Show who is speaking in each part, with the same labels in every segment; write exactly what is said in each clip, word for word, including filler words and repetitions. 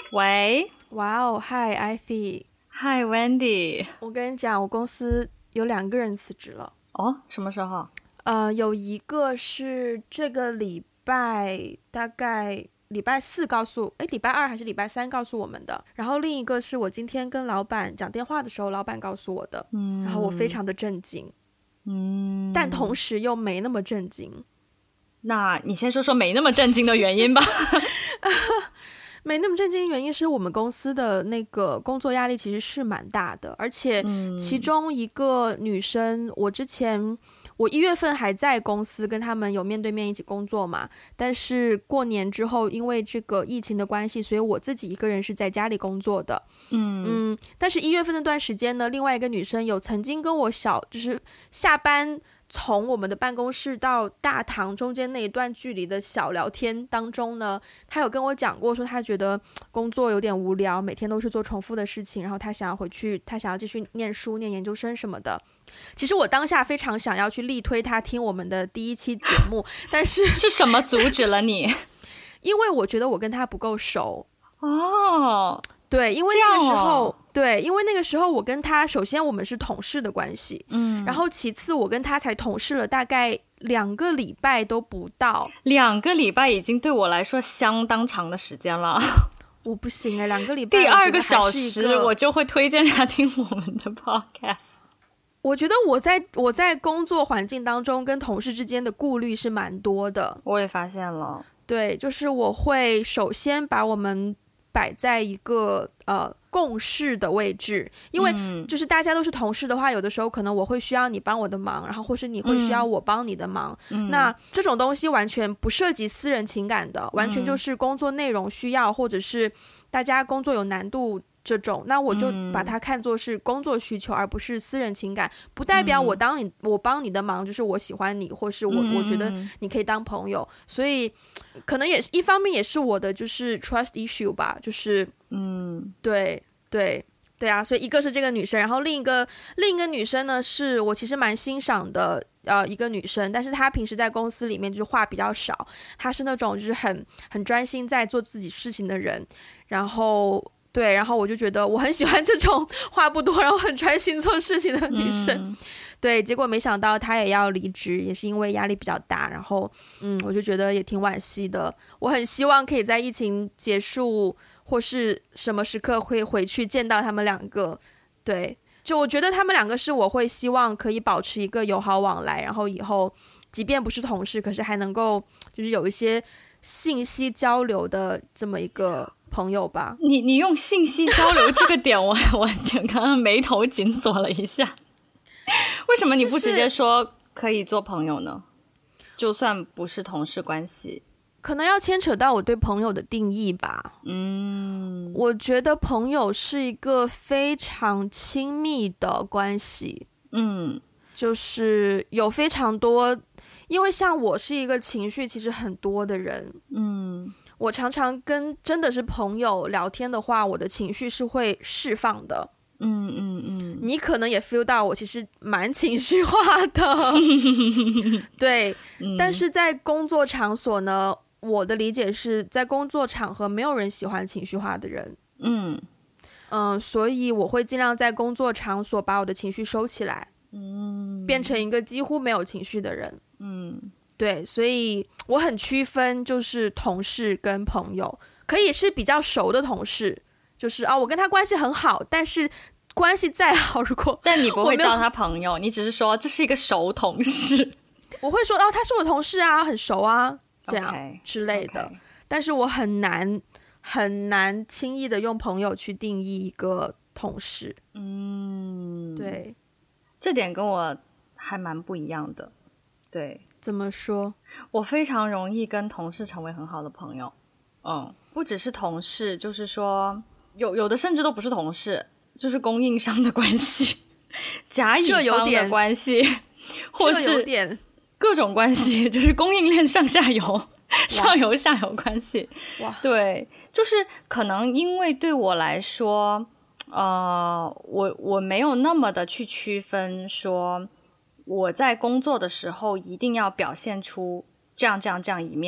Speaker 1: 喂，
Speaker 2: 哇哦，嗨，Ivy，
Speaker 1: 嗨 Wendy。
Speaker 2: 我跟你讲，我公司有两个人辞职了。
Speaker 1: 哦，什么时候？
Speaker 2: 呃，有一个是这个礼拜大概礼拜四告诉，诶，礼拜二还是礼拜三告诉我们的。然后另一个是我今天跟老板讲电话的时候，老板告诉我的。嗯，然后我非常的震惊。嗯，但同时又没那么震惊。
Speaker 1: 那你先说说没那么震惊的原因吧。
Speaker 2: 没那么震惊，原因是我们公司的那个工作压力其实是蛮大的，而且其中一个女生，我之前我一月份还在公司跟他们有面对面一起工作嘛，但是过年之后因为这个疫情的关系，所以我自己一个人是在家里工作的。嗯嗯，但是一月份那段时间呢，另外一个女生有曾经跟我小就是下班从我们的办公室到大堂中间那一段距离的小聊天当中呢，他有跟我讲过说他觉得工作有点无聊，每天都是做重复的事情，然后他想要回去，他想要继续念书念研究生什么的。其实我当下非常想要去力推他听我们的第一期节目，但是
Speaker 1: 是什么阻止了你？
Speaker 2: 因为我觉得我跟他不够熟。
Speaker 1: 哦，
Speaker 2: 对，因为那个时候、哦、对，因为那个时候我跟他，首先我们是同事的关系，嗯，然后其次我跟他才同事了大概两个礼拜都不到。
Speaker 1: 两个礼拜已经对我来说相当长的时间了。
Speaker 2: 我不行哎，两个礼拜
Speaker 1: 第二个小时我就会推荐他听我们的 podcast。
Speaker 2: 我觉得我在我在工作环境当中跟同事之间的顾虑是蛮多的。
Speaker 1: 我也发现了。
Speaker 2: 对，就是我会首先把我们摆在一个呃共事的位置，因为就是大家都是同事的话、嗯、有的时候可能我会需要你帮我的忙，然后或是你会需要我帮你的忙、嗯、那这种东西完全不涉及私人情感的、嗯、完全就是工作内容需要，或者是大家工作有难度这种，那我就把它看作是工作需求、嗯、而不是私人情感，不代表我当你、嗯、我帮你的忙就是我喜欢你，或是我、嗯、我觉得你可以当朋友，所以可能也是一方面也是我的就是 trust issue 吧，就是嗯，对对对啊，所以一个是这个女生，然后另一个另一个女生呢是我其实蛮欣赏的呃一个女生，但是她平时在公司里面就是话比较少，她是那种就是很很专心在做自己事情的人，然后对，然后我就觉得我很喜欢这种话不多然后很专心做事情的女生、嗯、对，结果没想到她也要离职，也是因为压力比较大，然后嗯，我就觉得也挺惋惜的，我很希望可以在疫情结束或是什么时刻会回去见到他们两个。对，就我觉得他们两个是我会希望可以保持一个友好往来，然后以后即便不是同事，可是还能够就是有一些信息交流的这么一个朋友吧。
Speaker 1: 你你用信息交流这个点我我刚刚眉头紧锁了一下。为什么你不直接说可以做朋友呢？就算不是同事关系。
Speaker 2: 可能要牵扯到我对朋友的定义吧。嗯，我觉得朋友是一个非常亲密的关系。嗯，就是有非常多，因为像我是一个情绪其实很多的人。嗯，我常常跟真的是朋友聊天的话，我的情绪是会释放的。嗯嗯嗯，你可能也 feel 到我其实蛮情绪化的。对、嗯，但是在工作场所呢，我的理解是在工作场合没有人喜欢情绪化的人。嗯嗯，所以我会尽量在工作场所把我的情绪收起来，嗯，变成一个几乎没有情绪的人。嗯，对，所以我很区分就是同事跟朋友，可以是比较熟的同事，就是啊、哦，我跟他关系很好，但是关系再好，如果
Speaker 1: 但你不会叫他朋友，你只是说这是一个熟同事。
Speaker 2: 我会说哦，他是我同事啊，很熟啊，这样、okay, 之类的。Okay. 但是我很难很难轻易的用朋友去定义一个同事。嗯，对，
Speaker 1: 这点跟我还蛮不一样的。对，
Speaker 2: 怎么说？
Speaker 1: 我非常容易跟同事成为很好的朋友。嗯，不只是同事，就是说有有的甚至都不是同事，就是供应商的关系，甲乙方的关系，或是各种关系，就是供应链上下游上游下游关系。哇，对，就是可能因为对我来说呃，我我没有那么的去区分说我在工作的时候一定要表现出这样这样这样一面，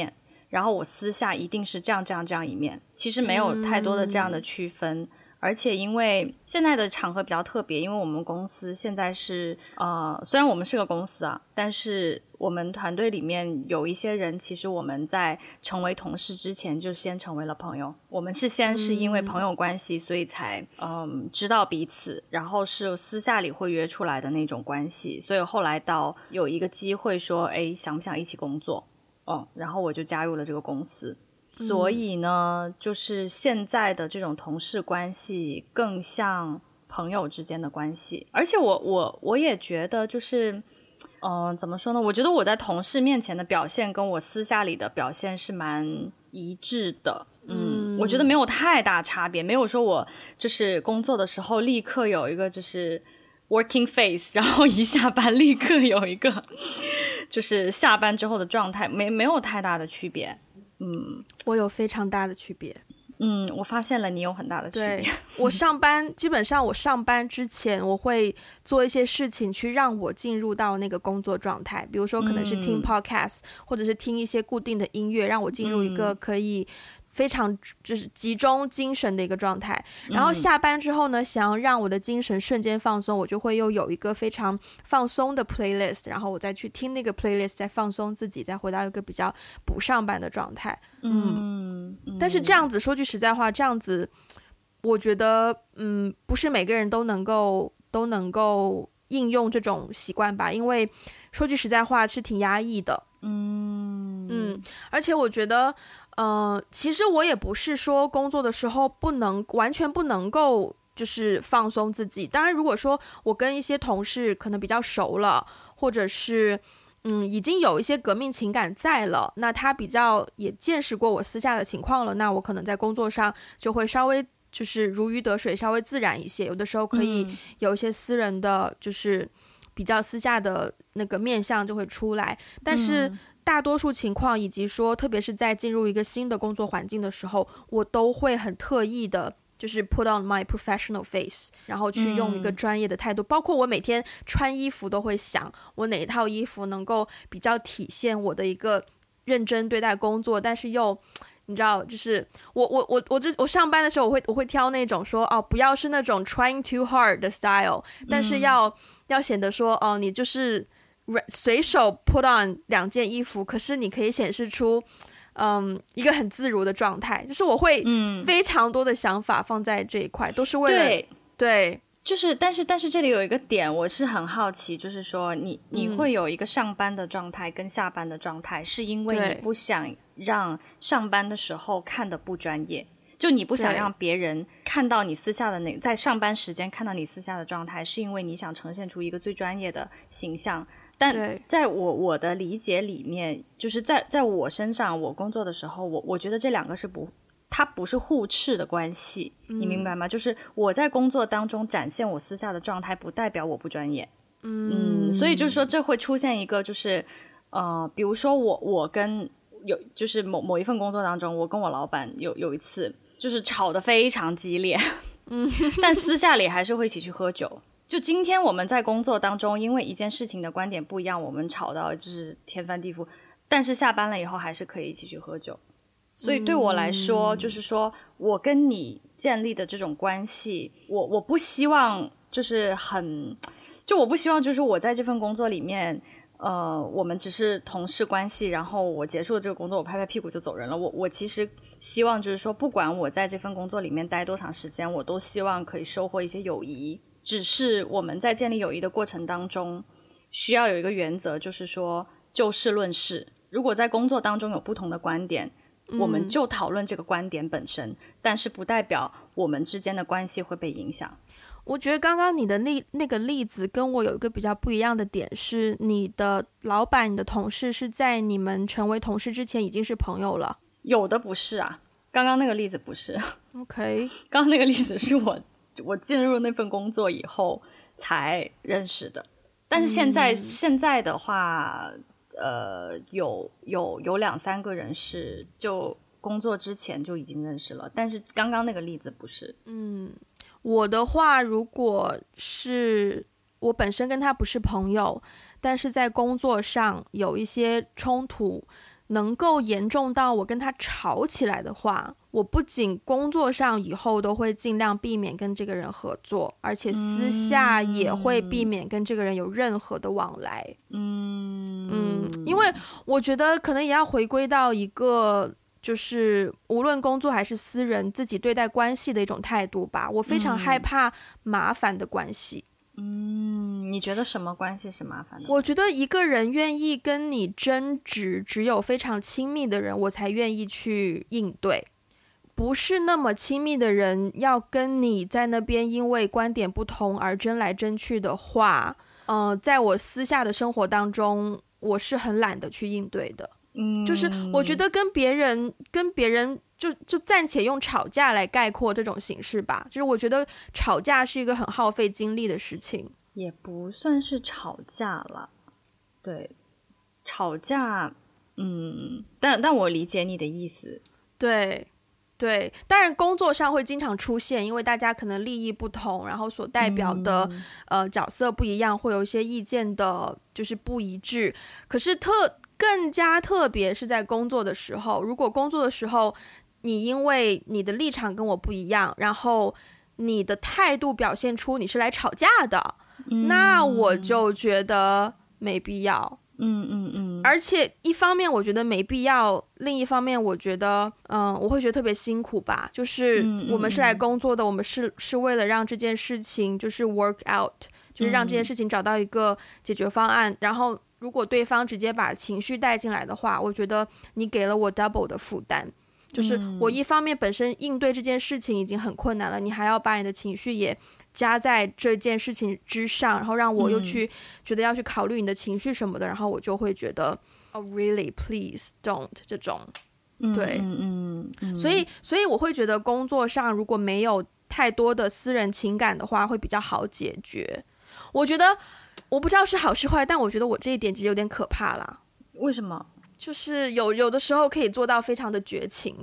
Speaker 1: 然后我私下一定是这样这样这样一面，其实没有太多的这样的区分。嗯，而且因为现在的场合比较特别，因为我们公司现在是呃，虽然我们是个公司啊，但是我们团队里面有一些人，其实我们在成为同事之前就先成为了朋友。我们是先是因为朋友关系，所以才嗯知道彼此，然后是私下里会约出来的那种关系，所以后来到有一个机会说，诶，想不想一起工作？哦，然后我就加入了这个公司。所以呢、嗯、就是现在的这种同事关系更像朋友之间的关系。而且我我我也觉得就是嗯、呃，怎么说呢，我觉得我在同事面前的表现跟我私下里的表现是蛮一致的。嗯，我觉得没有太大差别，没有说我就是工作的时候立刻有一个就是 working face， 然后一下班立刻有一个就是下班之后的状态，没没有太大的区别。嗯，
Speaker 2: 我有非常大的区别。
Speaker 1: 嗯，我发现了你有很大的区别。
Speaker 2: 对，我上班基本上我上班之前我会做一些事情去让我进入到那个工作状态，比如说可能是听 podcast、嗯、或者是听一些固定的音乐，让我进入一个可以非常就是集中精神的一个状态。然后下班之后呢，想要让我的精神瞬间放松，我就会又有一个非常放松的 playlist， 然后我再去听那个 playlist， 再放松自己，再回到一个比较不上班的状态。嗯，嗯，但是这样子说句实在话，这样子我觉得嗯，不是每个人都能够都能够应用这种习惯吧，因为说句实在话是挺压抑的。嗯嗯，而且我觉得呃，其实我也不是说工作的时候不能完全不能够就是放松自己。当然如果说我跟一些同事可能比较熟了，或者是嗯已经有一些革命情感在了，那他比较也见识过我私下的情况了，那我可能在工作上就会稍微就是如鱼得水，稍微自然一些，有的时候可以有一些私人的就是比较私下的那个面向就会出来。但是大多数情况以及说特别是在进入一个新的工作环境的时候，我都会很特意的就是 put on my professional face， 然后去用一个专业的态度、嗯、包括我每天穿衣服都会想我哪一套衣服能够比较体现我的一个认真对待工作，但是又你知道就是我我我我这我上班的时候我会我会挑那种说哦不要是那种 trying too hard 的 style， 但是要、嗯、要显得说哦你就是随手 put on 两件衣服，可是你可以显示出嗯一个很自如的状态，就是我会非常多的想法放在这一块、嗯、都是为了对对
Speaker 1: 就是但是但是这里有一个点我是很好奇，就是说你你会有一个上班的状态跟下班的状态、嗯、是因为你不想让上班的时候看得不专业，就你不想让别人看到你私下的那在上班时间看到你私下的状态，是因为你想呈现出一个最专业的形象。但在我我的理解里面，就是在在我身上我工作的时候，我我觉得这两个是不它不是互斥的关系、嗯、你明白吗？就是我在工作当中展现我私下的状态不代表我不专业。 嗯, 嗯所以就是说这会出现一个就是呃，比如说我我跟有就是某某一份工作当中，我跟我老板有有一次就是吵得非常激烈，嗯，但私下里还是会一起去喝酒。就今天我们在工作当中因为一件事情的观点不一样，我们吵到就是天翻地覆，但是下班了以后还是可以一起去喝酒。所以对我来说、嗯、就是说我跟你建立的这种关系，我我不希望就是很就我不希望就是我在这份工作里面呃，我们只是同事关系，然后我结束了这个工作我拍拍屁股就走人了。我我其实希望就是说不管我在这份工作里面待多长时间，我都希望可以收获一些友谊，只是我们在建立友谊的过程当中需要有一个原则，就是说就事论事，如果在工作当中有不同的观点、嗯、我们就讨论这个观点本身，但是不代表我们之间的关系会被影响。
Speaker 2: 我觉得刚刚你的例那个例子跟我有一个比较不一样的点，是你的老板你的同事是在你们成为同事之前已经是朋友了。
Speaker 1: 有的不是啊，刚刚那个例子不是。
Speaker 2: OK，
Speaker 1: 刚刚那个例子是我我进入那份工作以后才认识的，但是现在、嗯、现在的话呃，有有有两三个人是就工作之前就已经认识了，但是刚刚那个例子不是。
Speaker 2: 嗯，我的话如果是我本身跟他不是朋友，但是在工作上有一些冲突， 能够严重到我跟他吵起来的话，我不仅工作上以后都会尽量避免跟这个人合作，而且私下也会避免跟这个人有任何的往来。嗯嗯，因为我觉得可能也要回归到一个就是无论工作还是私人自己对待关系的一种态度吧。我非常害怕麻烦的关系。
Speaker 1: 嗯，你觉得什么关系是麻烦的？
Speaker 2: 我觉得一个人愿意跟你争执，只有非常亲密的人我才愿意去应对，不是那么亲密的人要跟你在那边因为观点不同而争来争去的话，呃，在我私下的生活当中我是很懒得去应对的。嗯，就是我觉得跟别人跟别人就就暂且用吵架来概括这种形式吧，就是我觉得吵架是一个很耗费精力的事情。
Speaker 1: 也不算是吵架了，对，吵架，嗯，但但我理解你的意思。
Speaker 2: 对对，当然工作上会经常出现，因为大家可能利益不同，然后所代表的、嗯、呃角色不一样，会有一些意见的就是不一致。可是特更加特别是在工作的时候，如果工作的时候你因为你的立场跟我不一样，然后你的态度表现出你是来吵架的、嗯、那我就觉得没必要。嗯嗯嗯，而且一方面我觉得没必要，另一方面我觉得嗯，我会觉得特别辛苦吧，就是我们是来工作的，嗯嗯嗯，我们是是为了让这件事情就是 work out， 就是让这件事情找到一个解决方案、嗯、然后如果对方直接把情绪带进来的话，我觉得你给了我 double 的负担，就是我一方面本身应对这件事情已经很困难了，你还要把你的情绪也加在这件事情之上，然后让我又去觉得要去考虑你的情绪什么的、嗯、然后我就会觉得 oh really please don't 这种。对，嗯嗯嗯，所以所以我会觉得工作上如果没有太多的私人情感的话会比较好解决。我觉得我不知道是好是坏，但我觉得我这一点其实有点可怕啦。
Speaker 1: 为什么？
Speaker 2: 就是有有的时候可以做到非常的绝情。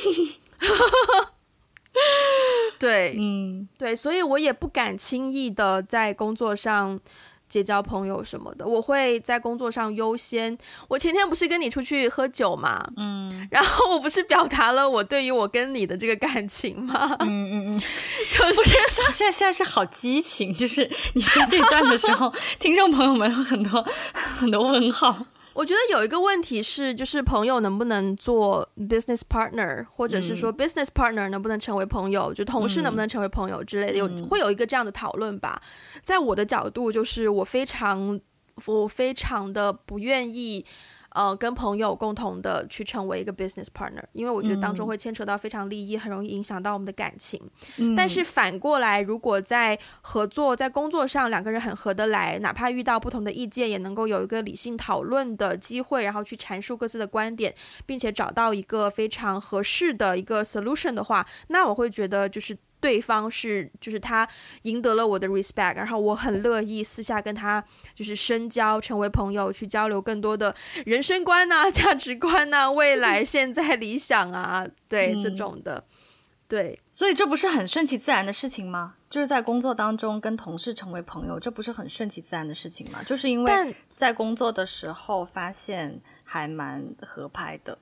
Speaker 2: 对，嗯，对，所以我也不敢轻易的在工作上结交朋友什么的，我会在工作上优先。我前天不是跟你出去喝酒嘛，嗯，然后我不是表达了我对于我跟你的这个感情吗？嗯嗯嗯，就是
Speaker 1: 现在现在是好激情，就是你说这段的时候，听众朋友们有很多很多问号。
Speaker 2: 我觉得有一个问题是，就是朋友能不能做 business partner， 或者是说 business partner 能不能成为朋友、嗯、就同事能不能成为朋友之类的、嗯、有会有一个这样的讨论吧。在我的角度，就是我非常我非常的不愿意呃，跟朋友共同的去成为一个 business partner， 因为我觉得当中会牵扯到非常利益、嗯、很容易影响到我们的感情、嗯、但是反过来，如果在合作在工作上两个人很合得来，哪怕遇到不同的意见也能够有一个理性讨论的机会，然后去阐述各自的观点，并且找到一个非常合适的一个 solution 的话，那我会觉得就是对方是就是他赢得了我的 respect， 然后我很乐意私下跟他就是深交，成为朋友，去交流更多的人生观啊、价值观啊、未来现在理想啊，对、嗯、这种的。对，
Speaker 1: 所以这不是很顺其自然的事情吗？就是在工作当中跟同事成为朋友，这不是很顺其自然的事情吗？就是因为在工作的时候发现还蛮合拍的。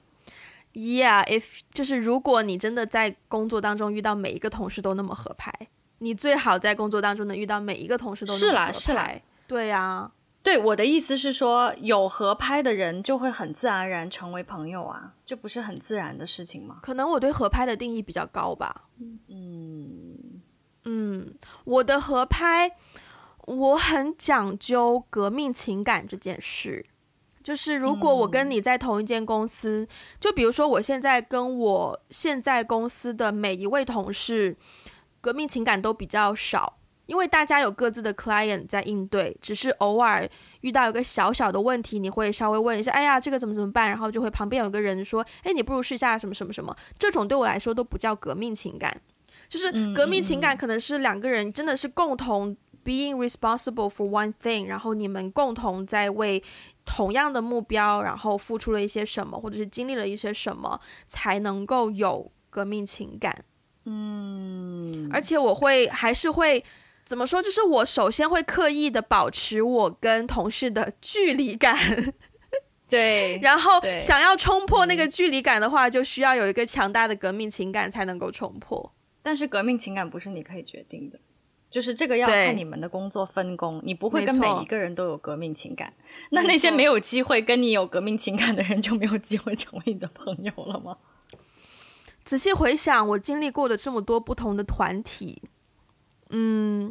Speaker 2: Yeah, if 就是如果你真的在工作当中遇到每一个同事都那么合拍，你最好在工作当中能遇到每一个同事都那么合拍。
Speaker 1: 是啦，是啦，
Speaker 2: 对啊，
Speaker 1: 对，我的意思是说，有合拍的人就会很自然而然成为朋友啊，这不是很自然的事情吗？
Speaker 2: 可能我对合拍的定义比较高吧。嗯嗯，我的合拍，我很讲究革命情感这件事。就是如果我跟你在同一间公司、嗯、就比如说我现在跟我现在公司的每一位同事革命情感都比较少，因为大家有各自的 client 在应对，只是偶尔遇到一个小小的问题，你会稍微问一下，哎呀这个怎么怎么办，然后就会旁边有个人说，哎你不如试一下什么什么什么，这种对我来说都不叫革命情感。就是革命情感可能是两个人真的是共同 being responsible for one thing， 然后你们共同在为同样的目标然后付出了一些什么，或者是经历了一些什么，才能够有革命情感。嗯，而且我会还是会怎么说，就是我首先会刻意的保持我跟同事的距离感。
Speaker 1: 对，
Speaker 2: 然后想要冲破那个距离感的话，就需要有一个强大的革命情感才能够冲破。
Speaker 1: 但是革命情感不是你可以决定的，就是这个要看你们的工作分工，你不会跟每一个人都有革命情感。那那些没有机会跟你有革命情感的人就没有机会成为你的朋友了吗？
Speaker 2: 仔细回想我经历过的这么多不同的团体，嗯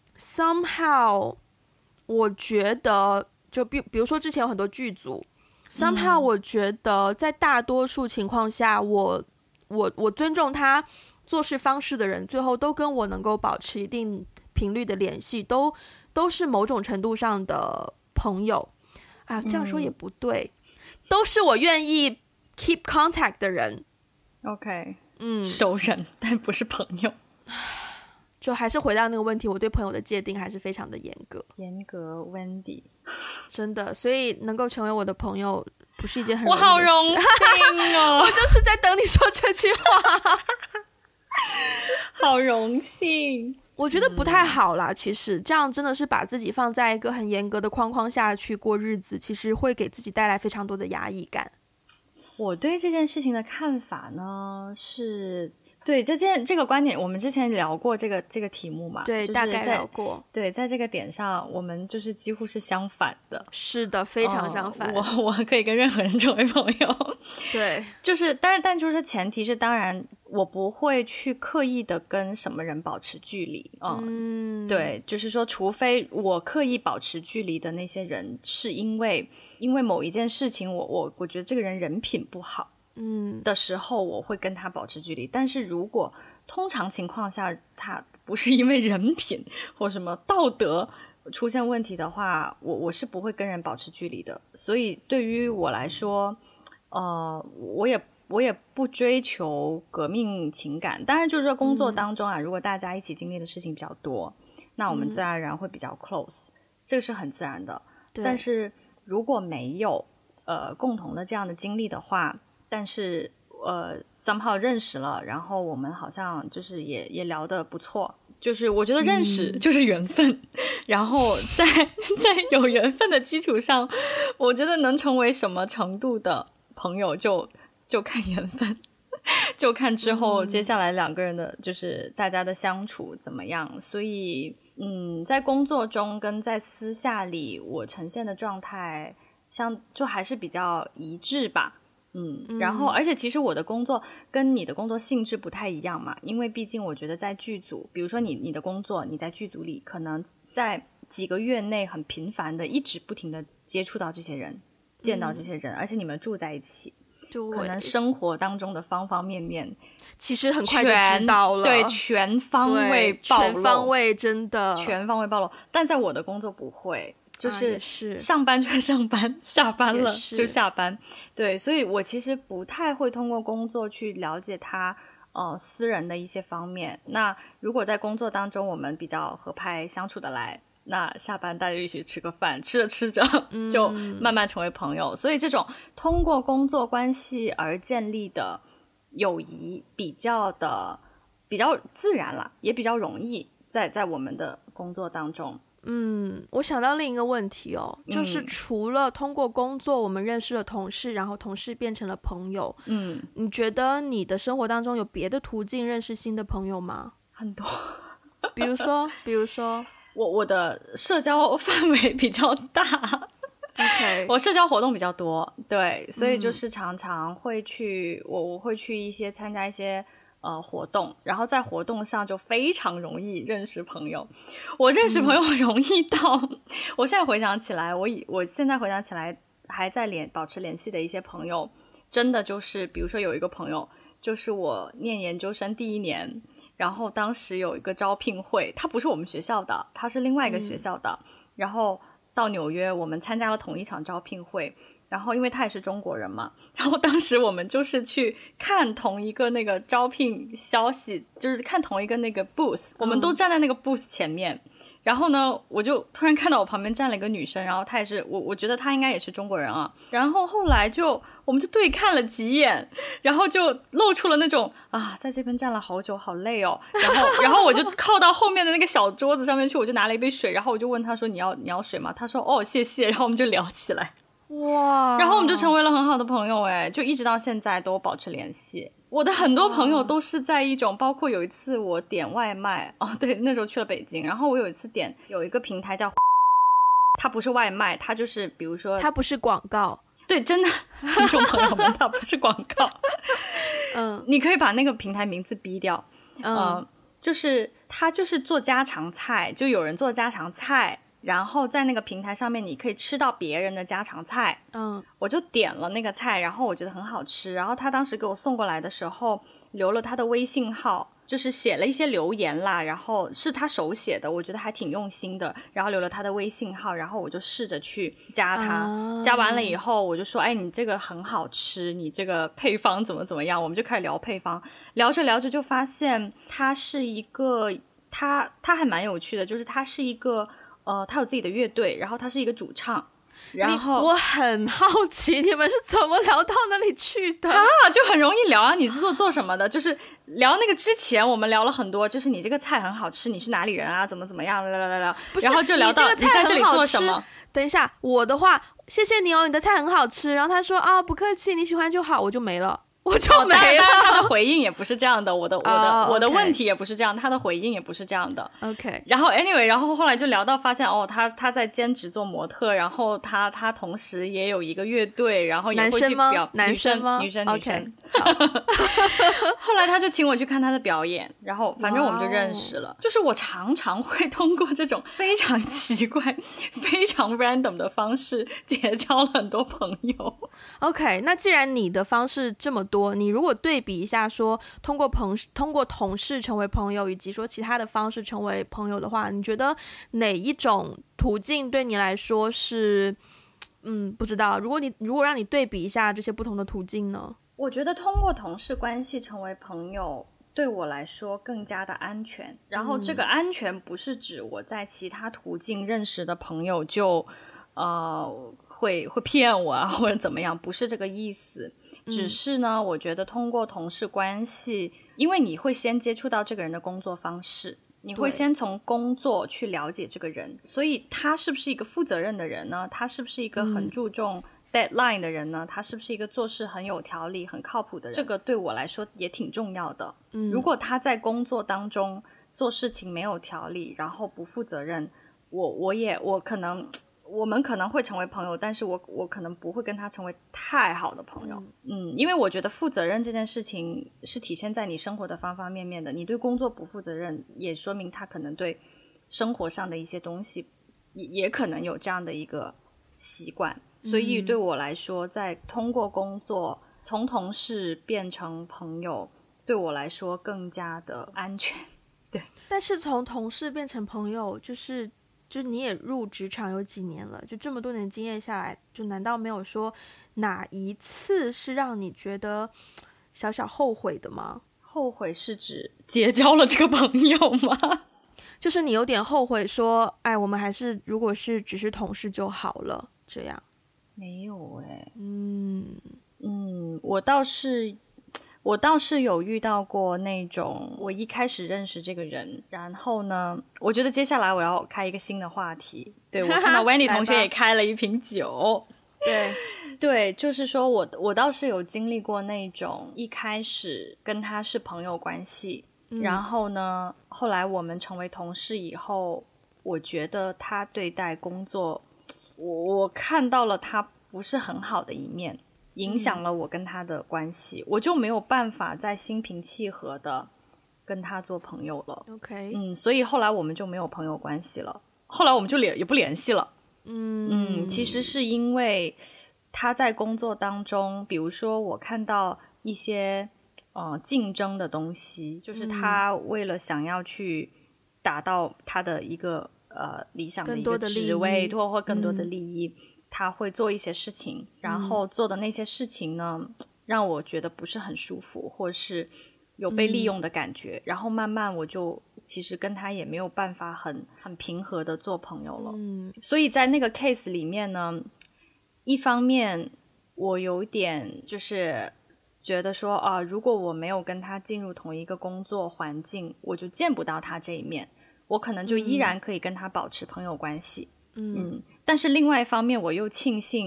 Speaker 2: somehow 我觉得就比比如说之前有很多剧组 somehow 我觉得在大多数情况下，我我我尊重他做事方式的人，最后都跟我能够保持一定频率的联系，都都是某种程度上的朋友啊，这样说也不对、嗯、都是我愿意 keep contact 的人。
Speaker 1: OK， 嗯，熟人但不是朋友。
Speaker 2: 就还是回到那个问题，我对朋友的界定还是非常的严格。
Speaker 1: 严格 Wendy
Speaker 2: 真的，所以能够成为我的朋友不是一件很容易的事。
Speaker 1: 我好荣幸哦
Speaker 2: 我就是在等你说这句话
Speaker 1: 好荣幸。
Speaker 2: 我觉得不太好啦、嗯、其实这样真的是把自己放在一个很严格的框框下去过日子，其实会给自己带来非常多的压抑感。
Speaker 1: 我对这件事情的看法呢是，对这件这个观点我们之前聊过这个这个题目嘛，
Speaker 2: 对、就是、大概聊过。
Speaker 1: 对，在这个点上我们就是几乎是相反的。
Speaker 2: 是的，非常相反、
Speaker 1: 呃、我我可以跟任何人成为朋友。
Speaker 2: 对，
Speaker 1: 就是但是但就是前提是，当然我不会去刻意的跟什么人保持距离。嗯，嗯对，就是说除非我刻意保持距离的那些人是因为因为某一件事情我我我觉得这个人人品不好嗯的时候，我会跟他保持距离。但是如果通常情况下他不是因为人品或什么道德出现问题的话，我我是不会跟人保持距离的。所以对于我来说呃我也我也不追求革命情感。当然就是说工作当中啊、嗯、如果大家一起经历的事情比较多，那我们自然而然会比较 close、嗯、这个是很自然的。但是如果没有呃共同的这样的经历的话，但是呃 somehow 认识了，然后我们好像就是也也聊得不错，就是我觉得认识就是缘分、嗯、然后在在有缘分的基础上，我觉得能成为什么程度的朋友就就看缘分就看之后接下来两个人的就是大家的相处怎么样。所以嗯，在工作中跟在私下里我呈现的状态像就还是比较一致吧。嗯，然后而且其实我的工作跟你的工作性质不太一样嘛，因为毕竟我觉得在剧组，比如说你你的工作你在剧组里可能在几个月内很频繁的一直不停的接触到这些人，见到这些人、嗯、而且你们住在一起，可能生活当中的方方面面
Speaker 2: 其实很快就知道了，
Speaker 1: 对，全方位暴露，
Speaker 2: 全方位真的
Speaker 1: 全方位暴露。但在我的工作不会，就是上班就是上班、啊、下班了就下班。对，所以我其实不太会通过工作去了解他呃私人的一些方面。那如果在工作当中我们比较合拍相处得来，那下班大家一起吃个饭，吃着吃着就慢慢成为朋友、嗯、所以这种通过工作关系而建立的友谊比较的比较自然啦，也比较容易在在我们的工作当中。
Speaker 2: 嗯，我想到另一个问题哦，就是除了通过工作我们认识了同事，然后同事变成了朋友，嗯，你觉得你的生活当中有别的途径认识新的朋友吗？
Speaker 1: 很多
Speaker 2: 比如说比如说
Speaker 1: 我我的社交范围比较大
Speaker 2: ，OK，
Speaker 1: 我社交活动比较多，对，所以就是常常会去、嗯、我我会去一些参加一些呃活动，然后在活动上就非常容易认识朋友。我认识朋友容易到、嗯、我现在回想起来，我以我现在回想起来还在联保持联系的一些朋友，真的就是比如说有一个朋友，就是我念研究生第一年，然后当时有一个招聘会，他不是我们学校的，他是另外一个学校的、嗯、然后到纽约我们参加了同一场招聘会，然后因为他也是中国人嘛，然后当时我们就是去看同一个那个招聘消息，就是看同一个那个 booth， 我们都站在那个 booth 前面、嗯、然后呢我就突然看到我旁边站了一个女生，然后她也是我我觉得她应该也是中国人啊，然后后来就我们就对看了几眼，然后就露出了那种啊在这边站了好久好累哦，然后然后我就靠到后面的那个小桌子上面去，我就拿了一杯水，然后我就问她说你要你要水吗？她说哦谢谢，然后我们就聊起来。
Speaker 2: 哇，
Speaker 1: 然后我们就成为了很好的朋友，哎，就一直到现在都保持联系。我的很多朋友都是在一种，包括有一次我点外卖，哦对，那时候去了北京，然后我有一次点有一个平台叫，它不是外卖，它就是比如说
Speaker 2: 它不是广告，
Speaker 1: 对，真的听众朋友们，它不是广告，
Speaker 2: 嗯，
Speaker 1: 你可以把那个平台名字逼掉，
Speaker 2: 嗯、
Speaker 1: 呃，就是它就是做家常菜，就有人做家常菜。然后在那个平台上面你可以吃到别人的家常菜，
Speaker 2: 嗯，
Speaker 1: 我就点了那个菜，然后我觉得很好吃，然后他当时给我送过来的时候留了他的微信号，就是写了一些留言啦，然后是他手写的，我觉得还挺用心的，然后留了他的微信号，然后我就试着去加他、啊、加完了以后我就说，哎，你这个很好吃，你这个配方怎么怎么样，我们就开始聊配方，聊着聊着就发现他是一个他他还蛮有趣的，就是他是一个呃，他有自己的乐队，然后他是一个主唱，然后
Speaker 2: 我很好奇你们是怎么聊到那里去的
Speaker 1: 啊？就很容易聊啊，你是做做什么的？就是聊那个之前我们聊了很多，就是你这个菜很好吃，你是哪里人啊？怎么怎么样？聊聊聊聊，然后就聊到 你, 你在这里做什么？
Speaker 2: 等一下，我的话，谢谢你哦，你的菜很好吃。然后他说啊，不客气，你喜欢就好，我就没了。我就没了、哦、
Speaker 1: 当然他的回应也不是这样的，我的我的、oh, okay. 我的问题也不是这样，他的回应也不是这样的。
Speaker 2: OK，
Speaker 1: 然后 anyway 然后后来就聊到发现哦，他他在兼职做模特，然后他他同时也有一个乐队，然后也会去表
Speaker 2: 男生吗
Speaker 1: 女生女生女生、
Speaker 2: okay.
Speaker 1: 后来他就请我去看他的表演，然后反正我们就认识了、wow. 就是我常常会通过这种非常奇怪非常 random 的方式结交了很多朋友。
Speaker 2: OK， 那既然你的方式这么多，你如果对比一下说通过朋通过同事成为朋友以及说其他的方式成为朋友的话，你觉得哪一种途径对你来说是嗯不知道，如果你如果让你对比一下这些不同的途径呢？
Speaker 1: 我觉得通过同事关系成为朋友对我来说更加的安全，然后这个安全不是指我在其他途径认识的朋友就呃会会骗我啊或者怎么样，不是这个意思，只是呢我觉得通过同事关系，因为你会先接触到这个人的工作方式，你会先从工作去了解这个人，所以他是不是一个负责任的人呢？他是不是一个很注重 deadline 的人呢？他是不是一个做事很有条理很靠谱的人？这个对我来说也挺重要的、嗯、如果他在工作当中做事情没有条理，然后不负责任，我我也我可能我们可能会成为朋友，但是我我可能不会跟他成为太好的朋友。 嗯, 嗯，因为我觉得负责任这件事情是体现在你生活的方方面面的，你对工作不负责任也说明他可能对生活上的一些东西 也, 也可能有这样的一个习惯，所以对我来说在通过工作从同事变成朋友对我来说更加的安全。对，
Speaker 2: 但是从同事变成朋友就是就你也入职场有几年了，就这么多年经验下来，就难道没有说哪一次是让你觉得小小后悔的吗？
Speaker 1: 后悔是指结交了这个朋友吗？
Speaker 2: 就是你有点后悔说哎，我们还是如果是只是同事就好了这样。
Speaker 1: 没有欸，
Speaker 2: 嗯
Speaker 1: 嗯，我倒是我倒是有遇到过那种我一开始认识这个人，然后呢我觉得接下来我要开一个新的话题。对，我看到 Wendy 同学也开了一瓶酒。
Speaker 2: 对
Speaker 1: 对，就是说我我倒是有经历过那种一开始跟他是朋友关系、嗯、然后呢后来我们成为同事以后，我觉得他对待工作我我看到了他不是很好的一面，影响了我跟他的关系、嗯、我就没有办法再心平气和的跟他做朋友了。
Speaker 2: OK，
Speaker 1: 嗯，所以后来我们就没有朋友关系了，后来我们就联也不联系了。嗯嗯，其实是因为他在工作当中，比如说我看到一些呃竞争的东西，就是他为了想要去达到他的一个呃理想的一个职位或或更多的利益、嗯、他会做一些事情，然后做的那些事情呢、嗯、让我觉得不是很舒服，或是有被利用的感觉、嗯、然后慢慢我就其实跟他也没有办法很很平和的做朋友了、嗯、所以在那个 case 里面呢，一方面我有点就是觉得说啊，如果我没有跟他进入同一个工作环境，我就见不到他这一面，我可能就依然可以跟他保持朋友关系。 嗯, 嗯但是另外一方面我又庆幸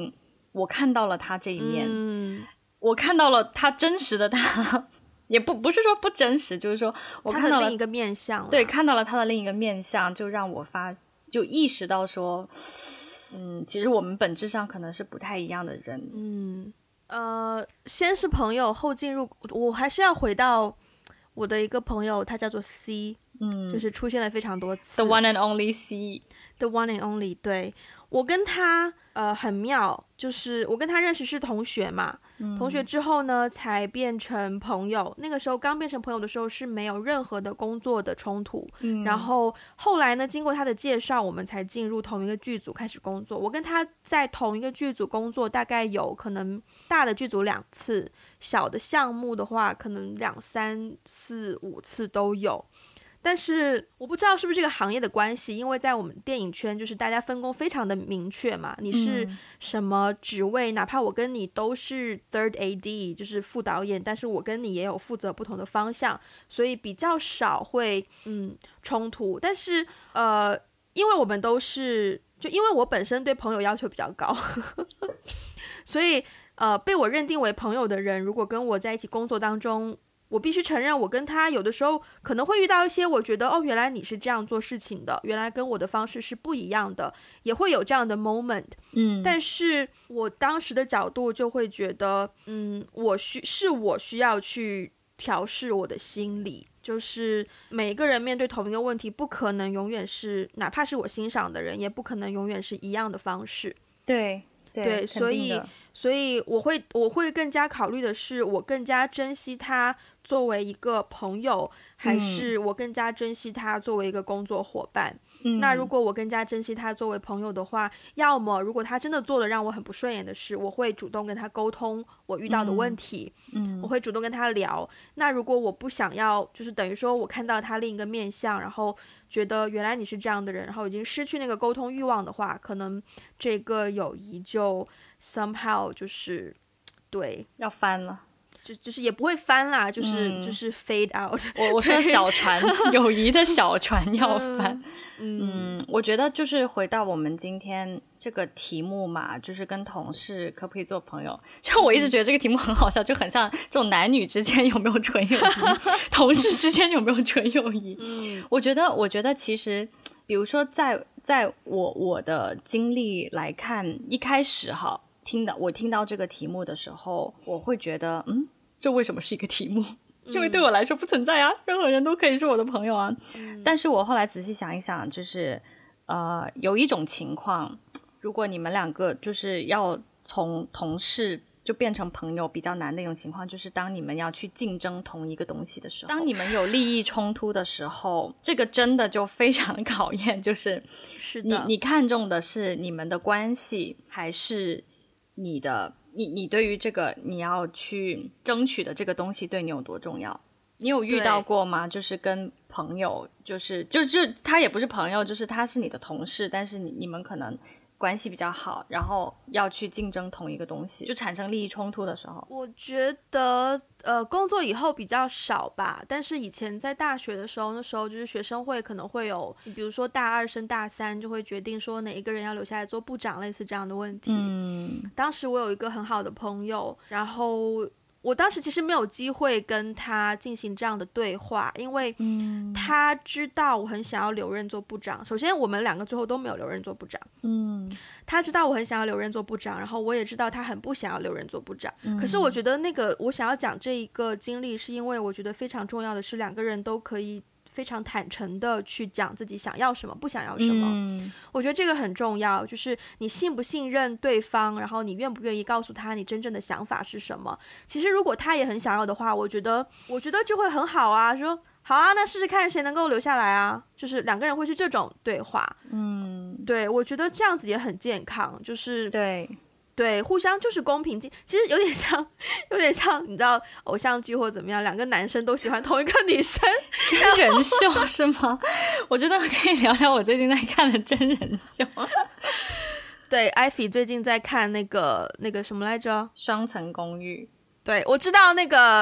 Speaker 1: 我看到了他这一面，
Speaker 2: 嗯，
Speaker 1: 我看到了他真实的他，也不不是说不真实，就是说我看到了
Speaker 2: 他的另一个面相，
Speaker 1: 对，看到了他的另一个面相，就让我发就意识到说，嗯，其实我们本质上可能是不太一样的人。
Speaker 2: 嗯，呃，先是朋友，后进入，我还是要回到我的一个朋友，他叫做 C， 嗯，就是出现了非常多次
Speaker 1: The one and only C，The
Speaker 2: one and only， 对，我跟他呃很妙，就是我跟他认识是同学嘛，嗯、同学之后呢才变成朋友。那个时候刚变成朋友的时候是没有任何的工作的冲突，嗯、然后后来呢，经过他的介绍，我们才进入同一个剧组开始工作。我跟他在同一个剧组工作，大概有可能大的剧组两次，小的项目的话，可能两三四五次都有。但是我不知道是不是这个行业的关系，因为在我们电影圈就是大家分工非常的明确嘛，你是什么职位、嗯、哪怕我跟你都是 third A D 就是副导演，但是我跟你也有负责不同的方向，所以比较少会嗯冲突。但是呃因为我们都是就因为我本身对朋友要求比较高所以呃被我认定为朋友的人，如果跟我在一起工作当中，我必须承认我跟他有的时候可能会遇到一些我觉得哦原来你是这样做事情的，原来跟我的方式是不一样的，也会有这样的 moment， 嗯，但是我当时的角度就会觉得嗯，我需是我需要去调试我的心理，就是每个人面对同一个问题不可能永远是，哪怕是我欣赏的人也不可能永远是一样的方式，
Speaker 1: 对对,
Speaker 2: 对，所以所以我会我会更加考虑的是，我更加珍惜他作为一个朋友，还是我更加珍惜他作为一个工作伙伴。嗯、那如果我更加珍惜他作为朋友的话，要么如果他真的做了让我很不顺眼的事，我会主动跟他沟通我遇到的问题，嗯，我会主动跟他聊。那如果我不想要，就是等于说我看到他另一个面相，然后觉得原来你是这样的人，然后已经失去那个沟通欲望的话，可能这个友谊就 somehow 就是对
Speaker 1: 要翻了，
Speaker 2: 就就是也不会翻啦，就是、嗯、就是 fade out。
Speaker 1: 我我说小船友谊的小船要翻。嗯, 嗯，我觉得就是回到我们今天这个题目嘛，就是跟同事可不可以做朋友，就我一直觉得这个题目很好笑，就很像这种男女之间有没有纯友谊同事之间有没有纯友谊。嗯，我觉得我觉得其实比如说在在我我的经历来看，一开始哈听到我听到这个题目的时候，我会觉得嗯，这为什么是一个题目，因为对我来说不存在啊，任何人都可以是我的朋友啊、嗯、但是我后来仔细想一想，就是呃，有一种情况，如果你们两个就是要从同事就变成朋友比较难的一种情况，就是当你们要去竞争同一个东西的时候，当你们有利益冲突的时候，这个真的就非常考验，就是
Speaker 2: 是的，
Speaker 1: 你你看重的是你们的关系，还是你的你你对于这个你要去争取的这个东西对你有多重要？你有遇到过吗？就是跟朋友，就是就就他也不是朋友，就是他是你的同事，但是你你们可能关系比较好，然后要去竞争同一个东西，就产生利益冲突的时候。
Speaker 2: 我觉得呃，工作以后比较少吧，但是以前在大学的时候，那时候就是学生会可能会有，比如说大二升大三就会决定说哪一个人要留下来做部长，类似这样的问题。嗯，当时我有一个很好的朋友，然后我当时其实没有机会跟他进行这样的对话，因为他知道我很想要留任做部长。首先我们两个最后都没有留任做部长，嗯，他知道我很想要留任做部长，然后我也知道他很不想要留任做部长、嗯、可是我觉得那个我想要讲这一个经历是因为我觉得非常重要的是两个人都可以非常坦诚的去讲自己想要什么不想要什么、嗯、我觉得这个很重要，就是你信不信任对方，然后你愿不愿意告诉他你真正的想法是什么。其实如果他也很想要的话，我觉得我觉得就会很好啊，说好啊，那试试看谁能够留下来啊，就是两个人会是这种对话。嗯，对，我觉得这样子也很健康，就是
Speaker 1: 对
Speaker 2: 对，互相就是公平。其实有点像有点像你知道偶像剧或怎么样，两个男生都喜欢同一个女生
Speaker 1: 真人秀是吗？我觉得可以聊聊我最近在看的真人秀
Speaker 2: 对，艾菲最近在看那个那个什么来着，
Speaker 1: 双层公寓。
Speaker 2: 对，我知道那个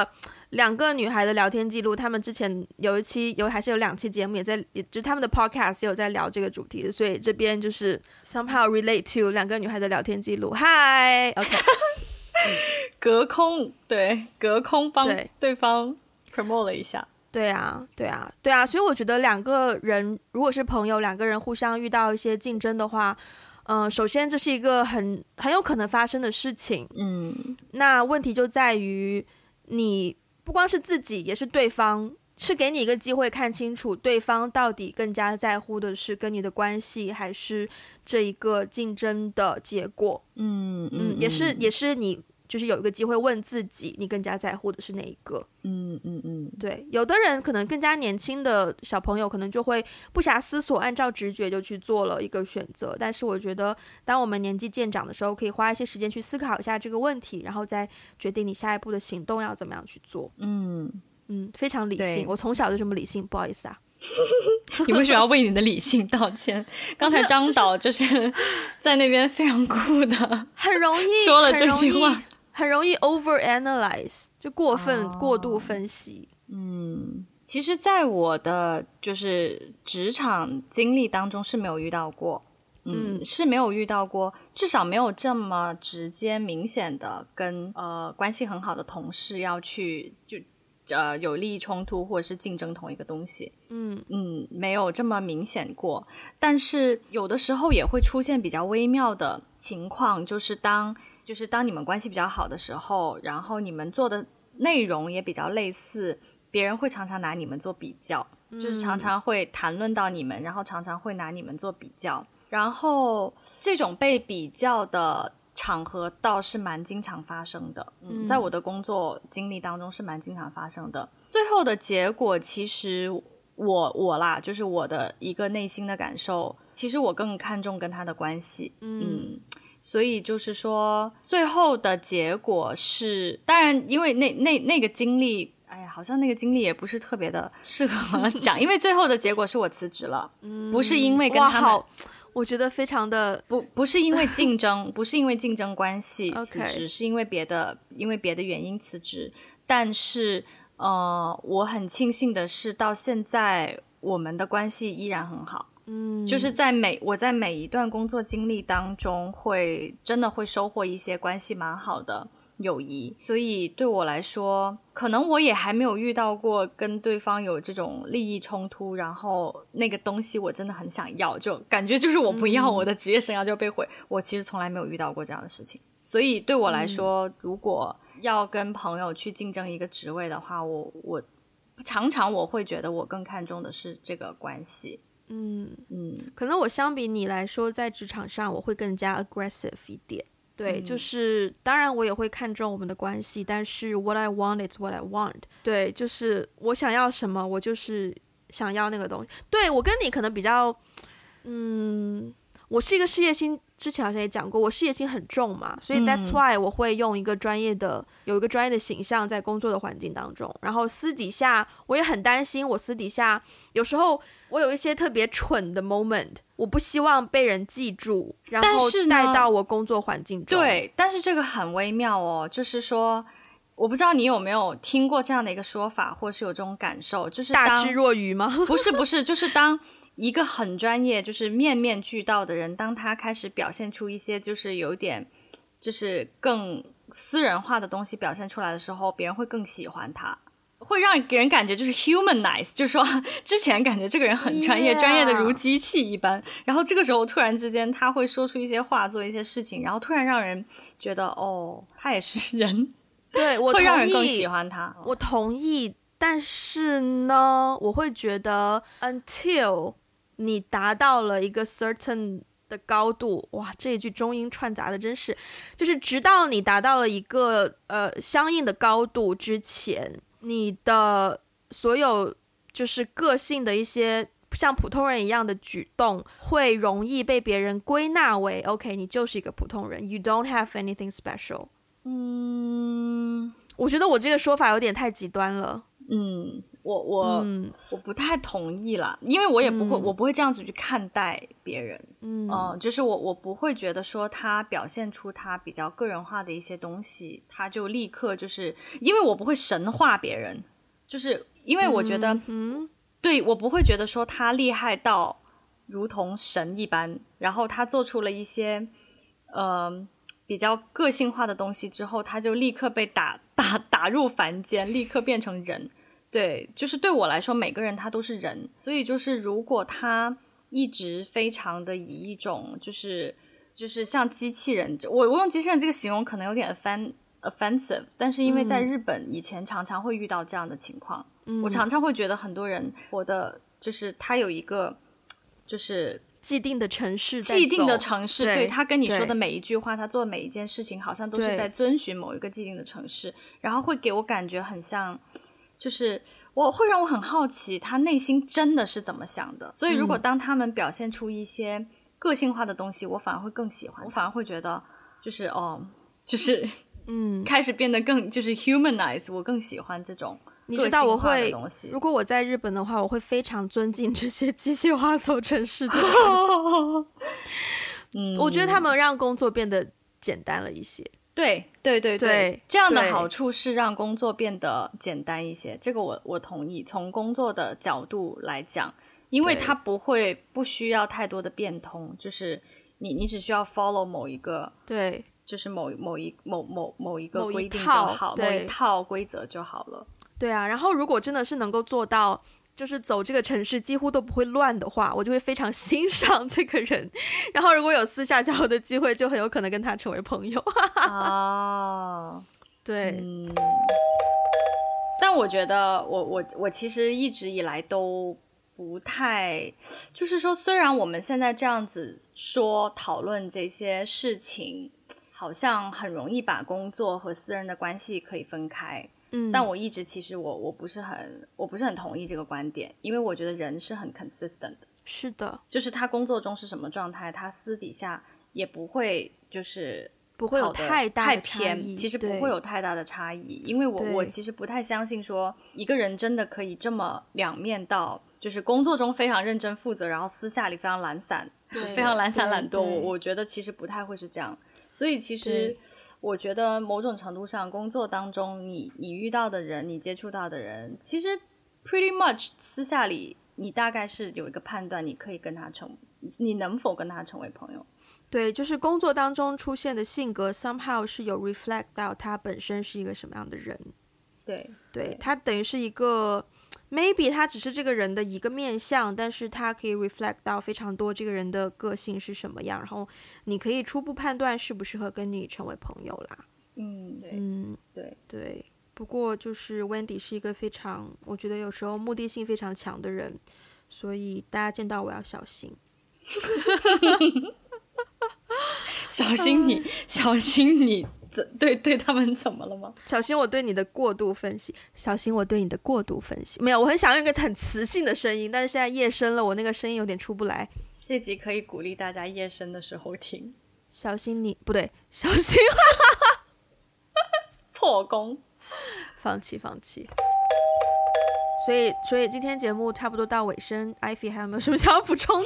Speaker 2: 两个女孩的聊天记录，他们之前有一期有还是有两期节目也在，也就他们的 podcast 也有在聊这个主题的，所以这边就是 somehow relate to 两个女孩的聊天记录。嗨 OK
Speaker 1: 隔空对隔空帮对方 promote 了一下。
Speaker 2: 对啊对啊对啊，所以我觉得两个人如果是朋友，两个人互相遇到一些竞争的话，嗯、呃，首先这是一个很很有可能发生的事情。
Speaker 1: 嗯，
Speaker 2: 那问题就在于你不光是自己，也是对方，是给你一个机会看清楚对方到底更加在乎的是跟你的关系，还是这一个竞争的结果。
Speaker 1: 嗯嗯，
Speaker 2: 也是也是你就是有一个机会问自己，你更加在乎的是哪一个。
Speaker 1: 嗯嗯嗯，
Speaker 2: 对，有的人可能更加年轻的小朋友可能就会不暇思索，按照直觉就去做了一个选择，但是我觉得当我们年纪渐长的时候，可以花一些时间去思考一下这个问题，然后再决定你下一步的行动要怎么样去做。
Speaker 1: 嗯
Speaker 2: 嗯，非常理性，我从小就这么理性，不好意思啊。
Speaker 1: 你为什么要为你的理性道歉？刚才张导就是在那边非常酷的
Speaker 2: 很容易
Speaker 1: 说了这句话，
Speaker 2: 很容易 over analyze， 就过分、哦、过度分析。
Speaker 1: 嗯，其实在我的就是职场经历当中是没有遇到过，嗯，是没有遇到过，至少没有这么直接明显的跟呃关系很好的同事要去就呃有利益冲突或者是竞争同一个东西。
Speaker 2: 嗯
Speaker 1: 嗯，没有这么明显过，但是有的时候也会出现比较微妙的情况，就是当就是当你们关系比较好的时候，然后你们做的内容也比较类似，别人会常常拿你们做比较，就是常常会谈论到你们，然后常常会拿你们做比较，然后这种被比较的场合倒是蛮经常发生的，嗯，在我的工作经历当中是蛮经常发生的。最后的结果其实我我啦，就是我的一个内心的感受，其实我更看重跟他的关系，嗯。嗯，所以就是说最后的结果是，当然因为那那那个经历，哎呀，好像那个经历也不是特别的适合讲因为最后的结果是我辞职了，嗯，不是因为跟他们，
Speaker 2: 我觉得非常的
Speaker 1: 不不是因为竞争不是因为竞争关系辞职， okay. 是因为别的因为别的原因辞职，但是呃，我很庆幸的是到现在我们的关系依然很好，嗯，就是在每我在每一段工作经历当中会真的会收获一些关系蛮好的友谊，所以对我来说可能我也还没有遇到过跟对方有这种利益冲突，然后那个东西我真的很想要，就感觉就是我不要，我的职业生涯就被毁，嗯，我其实从来没有遇到过这样的事情。所以对我来说，嗯，如果要跟朋友去竞争一个职位的话，我我常常我会觉得我更看重的是这个关系。
Speaker 2: 嗯嗯，可能我相比你来说在职场上我会更加 aggressive 一点，对，嗯，就是当然我也会看重我们的关系，但是 what I want is what I want， 对，就是我想要什么我就是想要那个东西。对，我跟你可能比较嗯，我是一个事业心，之前好像也讲过我事业心很重嘛，所以 that's why 我会用一个专业的有一个专业的形象在工作的环境当中，然后私底下我也很担心，我私底下有时候我有一些特别蠢的 moment， 我不希望被人记住，然后带到我工作环境中。
Speaker 1: 对，但是这个很微妙哦，就是说我不知道你有没有听过这样的一个说法，或是有这种感受，就是当
Speaker 2: 大智若愚吗？
Speaker 1: 不是不是，就是当一个很专业就是面面俱到的人，当他开始表现出一些就是有点就是更私人化的东西表现出来的时候，别人会更喜欢他，会让给人感觉就是 humanize， 就是说之前感觉这个人很专业， yeah. 专业的如机器一般，然后这个时候突然之间他会说出一些话，做一些事情，然后突然让人觉得哦，他也是人，
Speaker 2: 对，我同意，
Speaker 1: 会让人更喜欢他。
Speaker 2: 我同意，但是呢我会觉得 until你达到了一个 certain 的高度，哇，这一句中英串杂的真是，就是直到你达到了一个呃相应的高度之前，你的所有就是个性的一些像普通人一样的举动会容易被别人归纳为 OK 你就是一个普通人， you don't have anything special。
Speaker 1: 嗯，
Speaker 2: 我觉得我这个说法有点太极端了。
Speaker 1: 嗯， 我我、嗯、我不太同意啦，因为我也不会、嗯、我不会这样子去看待别人，嗯、呃，就是我我不会觉得说他表现出他比较个人化的一些东西，他就立刻就是因为我不会神化别人，就是因为我觉得、嗯、对，我不会觉得说他厉害到如同神一般，然后他做出了一些呃比较个性化的东西之后，他就立刻被打打打入凡间，立刻变成人。对，就是对我来说每个人他都是人，所以就是如果他一直非常的以一种就是就是像机器人，我我用机器人这个形容可能有点 offend, offensive， 但是因为在日本以前常常会遇到这样的情况、嗯、我常常会觉得很多人活的就是他有一个就是
Speaker 2: 既定的程式在走，
Speaker 1: 既定的程式， 对, 对他跟你说的每一句话，他做的每一件事情好像都是在遵循某一个既定的程式，然后会给我感觉很像就是我会让我很好奇他内心真的是怎么想的，所以如果当他们表现出一些个性化的东西、嗯、我反而会更喜欢，我反而会觉得就是哦就是嗯，开始变得更就是 humanize， 我更喜欢这种
Speaker 2: 你知道我会，如果我在日本的话，我会非常尊敬这些机械化走程式的人嗯，我觉得他们让工作变得简单了一些。
Speaker 1: 对对对 对,
Speaker 2: 对，
Speaker 1: 这样的好处是让工作变得简单一些，这个我我同意。从工作的角度来讲，因为它不会不需要太多的变通，就是你你只需要 follow 某一个，
Speaker 2: 对，
Speaker 1: 就是某某一某某某一个规定就好，某一套规则就好了。
Speaker 2: 对啊，然后如果真的是能够做到就是走这个城市几乎都不会乱的话，我就会非常欣赏这个人，然后如果有私下交流的机会，就很有可能跟他成为朋友
Speaker 1: 啊，
Speaker 2: 对、
Speaker 1: 嗯、但我觉得我我我其实一直以来都不太，就是说虽然我们现在这样子说讨论这些事情好像很容易把工作和私人的关系可以分开，嗯，但我一直其实我我不是很我不是很同意这个观点，因为我觉得人是很 consistent 的。
Speaker 2: 是的，
Speaker 1: 就是他工作中是什么状态，他私底下也不会就是
Speaker 2: 不会有太大的差异，
Speaker 1: 太偏，其实不会有太大的差异。因为我我其实不太相信说一个人真的可以这么两面到，就是工作中非常认真负责，然后私下里非常懒散，就非常懒散懒惰。我我觉得其实不太会是这样。所以其实我觉得某种程度上工作当中你你遇到的人，你接触到的人，其实 pretty much 私下里你大概是有一个判断，你可以跟他成你能否跟他成为朋友。
Speaker 2: 对，就是工作当中出现的性格 somehow 是有 reflect 到他本身是一个什么样的人。
Speaker 1: 对
Speaker 2: 对，他等于是一个 maybe 他只是这个人的一个面向，但是他可以 reflect 到非常多这个人的个性是什么样，然后你可以初步判断适不适合跟你成为朋友啦。
Speaker 1: 嗯，对，
Speaker 2: 嗯，
Speaker 1: 对
Speaker 2: 对。不过就是 Wendy 是一个非常，我觉得有时候目的性非常强的人，所以大家见到我要小心。
Speaker 1: 小心你，小心你，对对他们怎么了吗？
Speaker 2: 小心我对你的过度分析，小心我对你的过度分析。没有，我很想用一个很磁性的声音，但是现在夜深了，我那个声音有点出不来。
Speaker 1: 这集可以鼓励大家夜深的时候听。
Speaker 2: 小心你，不对，小心
Speaker 1: 破功，
Speaker 2: 放弃放弃。所以，所以今天节目差不多到尾声 ，Ivy 还有没有什么想要补充的？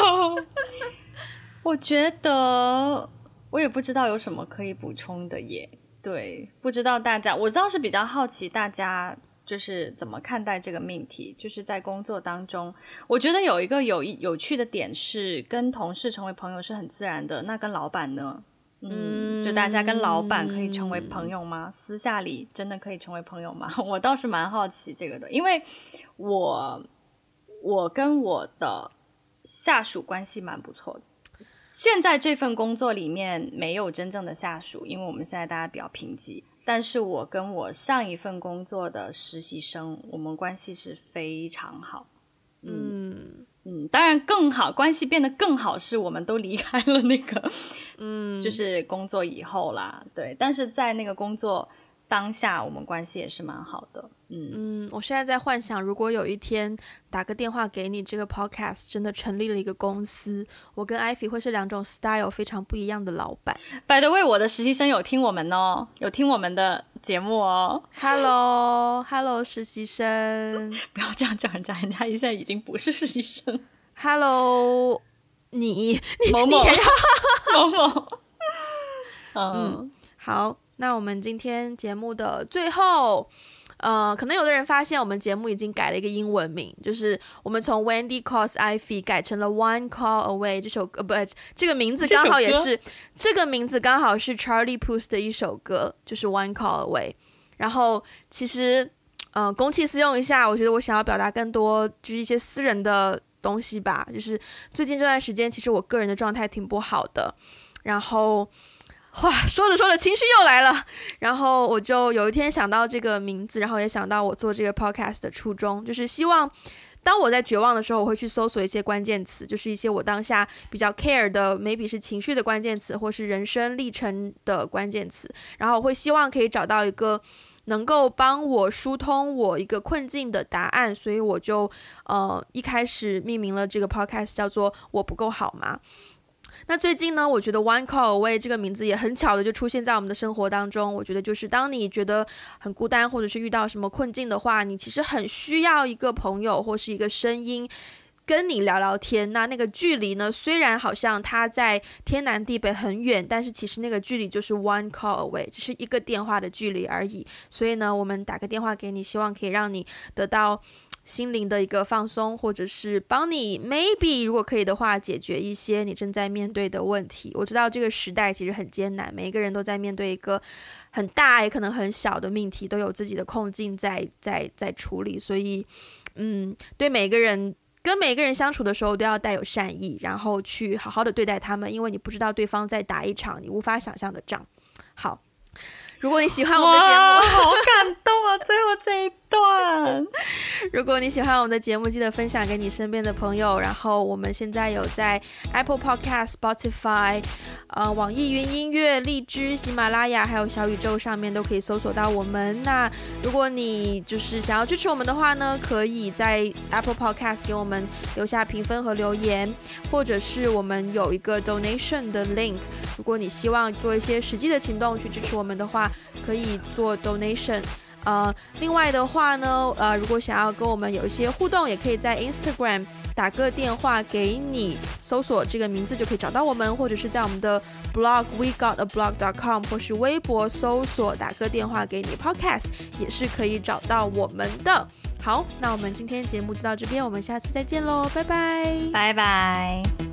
Speaker 1: 我觉得我也不知道有什么可以补充的耶。对，不知道大家，我倒是比较好奇大家就是怎么看待这个命题，就是在工作当中，我觉得有一个有有趣的点是，跟同事成为朋友是很自然的，那跟老板呢？嗯，就大家跟老板可以成为朋友吗？私下里真的可以成为朋友吗？我倒是蛮好奇这个的，因为我我跟我的下属关系蛮不错的。现在这份工作里面没有真正的下属，因为我们现在大家比较平级，但是我跟我上一份工作的实习生，我们关系是非常好。嗯嗯，当然更好，关系变得更好是我们都离开了那个嗯，就是工作以后啦。对，但是在那个工作当下我们关系也是蛮好的。嗯
Speaker 2: 嗯，我现在在幻想，如果有一天打个电话给你，这个 podcast 真的成立了一个公司，我跟 Ivy 会是两种 style 非常不一样的老板。
Speaker 1: By the way， 我的实习生有听我们哦，有听我们的节目哦。
Speaker 2: Hello Hello 实习生，
Speaker 1: 不要这样叫人家，人家现在已经不是实习生。
Speaker 2: Hello 你你
Speaker 1: 某某
Speaker 2: 你也要
Speaker 1: 某某嗯,
Speaker 2: 嗯，好，那我们今天节目的最后呃，可能有的人发现我们节目已经改了一个英文名，就是我们从 Wendy Calls Ivy 改成了 One Call Away 这首歌，不，这个名字刚好也是这个名字刚好是 Charlie Puth 的一首歌，就是 One Call Away。然后其实呃，公器私用一下，我觉得我想要表达更多就是一些私人的东西吧，就是最近这段时间其实我个人的状态挺不好的，然后哇，说着说着情绪又来了，然后我就有一天想到这个名字，然后也想到我做这个 podcast 的初衷，就是希望当我在绝望的时候，我会去搜索一些关键词，就是一些我当下比较 care 的 maybe 是情绪的关键词，或是人生历程的关键词，然后我会希望可以找到一个能够帮我疏通我一个困境的答案，所以我就呃一开始命名了这个 podcast 叫做我不够好吗。那最近呢，我觉得 One Call Away 这个名字也很巧的就出现在我们的生活当中。我觉得就是当你觉得很孤单，或者是遇到什么困境的话，你其实很需要一个朋友或是一个声音跟你聊聊天。那那个距离呢，虽然好像它在天南地北很远，但是其实那个距离就是 One Call Away， 只是一个电话的距离而已。所以呢，我们打个电话给你，希望可以让你得到心灵的一个放松，或者是帮你 maybe 如果可以的话解决一些你正在面对的问题。我知道这个时代其实很艰难，每一个人都在面对一个很大也可能很小的命题，都有自己的困境在在在处理，所以嗯，对每个人跟每个人相处的时候都要带有善意，然后去好好的对待他们，因为你不知道对方在打一场你无法想象的仗。好，如果你喜欢我们的节目，
Speaker 1: 好感动啊！最后这一段，
Speaker 2: 如果你喜欢我们的节目，记得分享给你身边的朋友。然后我们现在有在 Apple Podcast、Spotify、呃网易云音乐、荔枝、喜马拉雅还有小宇宙上面都可以搜索到我们。那如果你就是想要支持我们的话呢，可以在 Apple Podcast 给我们留下评分和留言，或者是我们有一个 donation 的 link。如果你希望做一些实际的行动去支持我们的话，可以做 donation。呃，另外的话呢，呃，如果想要跟我们有一些互动，也可以在 Instagram 打个电话给你，搜索这个名字就可以找到我们，或者是在我们的 blog we got a blog dot com 或是微博搜索打个电话给你 podcast 也是可以找到我们的。好，那我们今天节目就到这边，我们下次再见喽，拜拜，
Speaker 1: 拜拜。